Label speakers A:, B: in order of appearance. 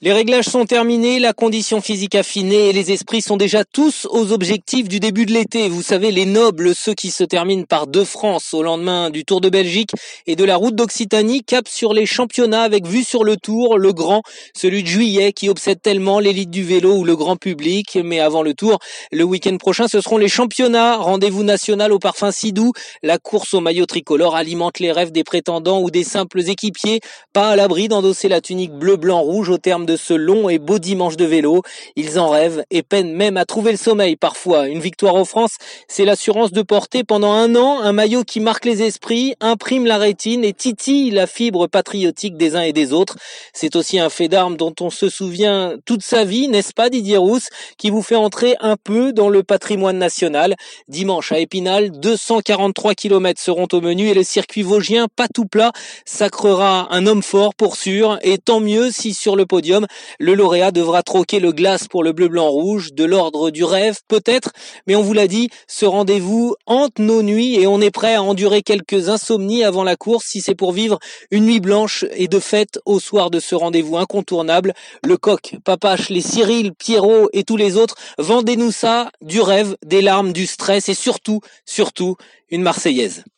A: Les réglages sont terminés, la condition physique affinée et les esprits sont déjà tous aux objectifs du début de l'été. Vous savez, les nobles, ceux qui se terminent par 2 France au lendemain du Tour de Belgique et de la route d'Occitanie, cap sur les championnats avec vue sur le Tour, le grand, celui de juillet qui obsède tellement l'élite du vélo ou le grand public. Mais avant le Tour, le week-end prochain, ce seront les championnats. Rendez-vous national au parfum si doux. La course au maillot tricolore alimente les rêves des prétendants ou des simples équipiers, pas à l'abri d'endosser la tunique bleu-blanc-rouge au terme de ce long et beau dimanche de vélo. Ils en rêvent et peinent même à trouver le sommeil parfois. Une victoire en France, c'est l'assurance de porter pendant 1 an un maillot qui marque les esprits, imprime la rétine et titille la fibre patriotique des uns et des autres. C'est aussi un fait d'armes dont on se souvient toute sa vie, n'est-ce pas Didier Rousse, qui vous fait entrer un peu dans le patrimoine national. Dimanche à Épinal, 243 km seront au menu et le circuit vosgien, pas tout plat, sacrera un homme fort pour sûr, et tant mieux si sur le podium, le lauréat devra troquer le glace pour le bleu-blanc-rouge, de l'ordre du rêve peut-être, mais on vous l'a dit, ce rendez-vous hante nos nuits et on est prêt à endurer quelques insomnies avant la course si c'est pour vivre une nuit blanche et de fête au soir de ce rendez-vous incontournable. Le Coq, Papache, les Cyril, Pierrot et tous les autres, vendez-nous ça, du rêve, des larmes, du stress et surtout, une Marseillaise.